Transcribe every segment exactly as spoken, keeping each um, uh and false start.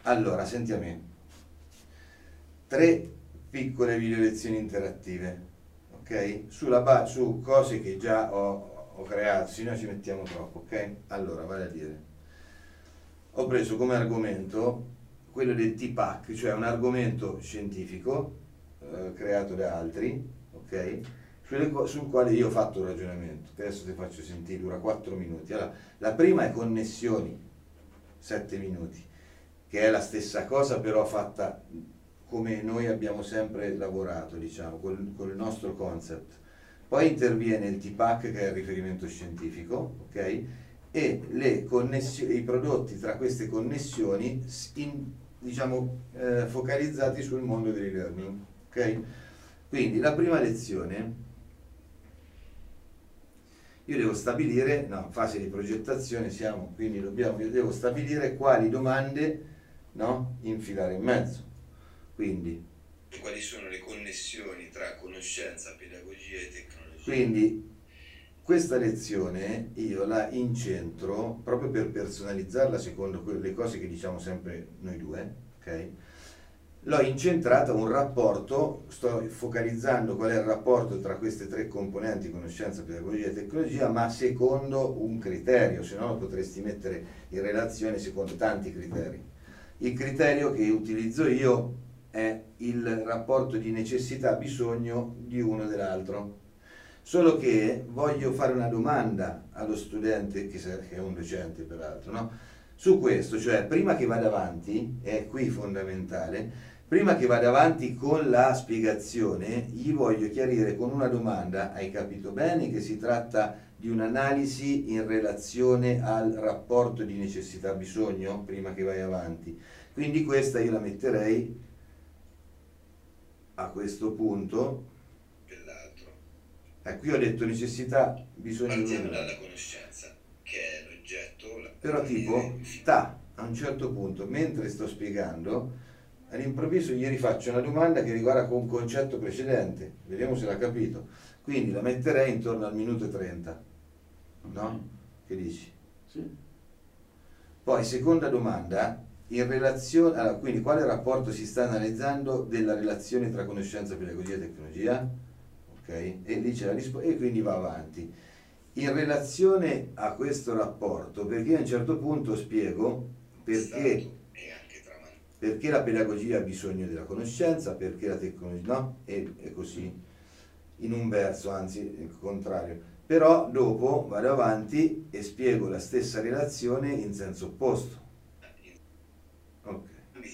Allora, senti a me. Tre piccole video lezioni interattive, ok? Sulla ba- su cose che già ho, ho creato, se no ci mettiamo troppo, ok? Allora, vale a dire, ho preso come argomento quello del T PACK, cioè un argomento scientifico eh, creato da altri, ok? Sulle, sul quale io ho fatto un ragionamento, che adesso ti faccio sentire, dura quattro minuti. Allora, la prima è connessioni, sette minuti, che è la stessa cosa però fatta come noi abbiamo sempre lavorato, diciamo, col, col nostro concept. Poi interviene il T PACK, che è il riferimento scientifico, ok? E le connessioni, i prodotti tra queste connessioni, in, diciamo, eh, focalizzati sul mondo dell'e-learning, ok? Quindi la prima lezione, io devo stabilire, no, fase di progettazione siamo, quindi dobbiamo, io devo stabilire quali domande, no, infilare in mezzo. Quindi, quali sono le connessioni tra conoscenza, pedagogia e tecnologia? Quindi, questa lezione io la incentro proprio per personalizzarla secondo le cose che diciamo sempre noi due, ok? L'ho incentrata un rapporto, sto focalizzando qual è il rapporto tra queste tre componenti, conoscenza, pedagogia e tecnologia, ma secondo un criterio, se no lo potresti mettere in relazione secondo tanti criteri. Il criterio che utilizzo io è il rapporto di necessità-bisogno di uno dell'altro. Solo che voglio fare una domanda allo studente, che è un docente peraltro, no? Su questo, cioè prima che vada avanti, è qui fondamentale, prima che vada avanti con la spiegazione, gli voglio chiarire con una domanda: hai capito bene che si tratta di un'analisi in relazione al rapporto di necessità-bisogno prima che vai avanti? Quindi questa io la metterei a questo punto. Eh, qui ho detto necessità, bisogno. Partiamo dalla conoscenza, che è l'oggetto. Però tipo, ta, a un certo punto, mentre sto spiegando, all'improvviso gli rifaccio una domanda che riguarda un concetto precedente, vediamo se l'ha capito. Quindi la metterei intorno al minuto e trenta, no? Che dici? Sì. Poi, seconda domanda, in relazione, allora, quindi quale rapporto si sta analizzando della relazione tra conoscenza, pedagogia e tecnologia? Okay? E lì c'è la risposta e quindi va avanti. In relazione a questo rapporto, perché a un certo punto spiego perché, perché la pedagogia ha bisogno della conoscenza, perché la tecnologia no, e, e così, in un verso, anzi il contrario. Però dopo vado avanti e spiego la stessa relazione in senso opposto. Ok.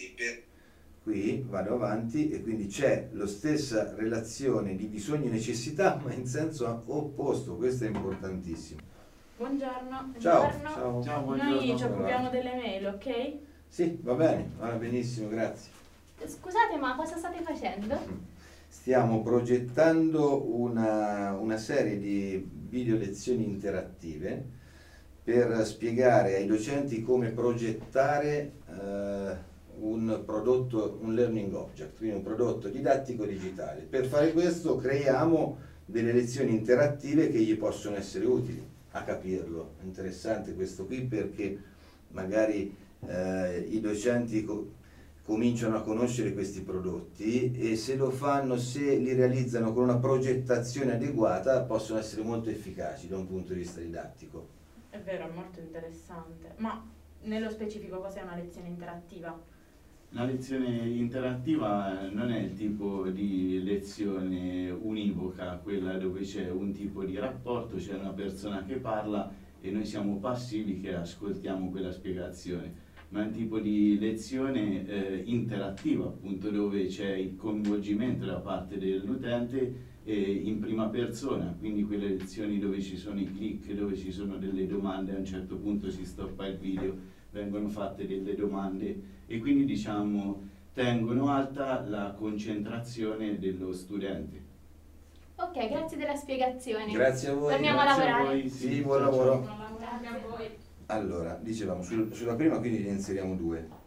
Qui vado avanti e quindi c'è la stessa relazione di bisogno e necessità, ma in senso opposto. Questo è importantissimo. Buongiorno. Ciao. Buongiorno. Ciao. Ciao, buongiorno. Noi ci occupiamo delle mail, ok? Sì, va bene, va benissimo, grazie. Scusate, ma cosa state facendo? Stiamo progettando una, una serie di video lezioni interattive per spiegare ai docenti come progettare eh, un prodotto, un learning object, quindi un prodotto didattico digitale. Per fare questo creiamo delle lezioni interattive che gli possono essere utili a capirlo. È interessante questo qui perché magari eh, i docenti co cominciano a conoscere questi prodotti e se lo fanno, se li realizzano con una progettazione adeguata, possono essere molto efficaci da un punto di vista didattico. È vero, è molto interessante. Ma nello specifico cos'è una lezione interattiva? La lezione interattiva non è il tipo di lezione univoca, quella dove c'è un tipo di rapporto, c'è una persona che parla e noi siamo passivi che ascoltiamo quella spiegazione, ma è un tipo di lezione eh, interattiva, appunto, dove c'è il coinvolgimento da parte dell'utente eh, in prima persona, quindi quelle lezioni dove ci sono i click, dove ci sono delle domande, a un certo punto si stoppa il video, vengono fatte delle domande e quindi diciamo tengono alta la concentrazione dello studente. Ok, grazie della spiegazione. Grazie a voi. Torniamo Grazie a lavorare. a voi. Sì, buon lavoro. Grazie a voi. Allora, dicevamo, sul, sulla prima quindi ne inseriamo due.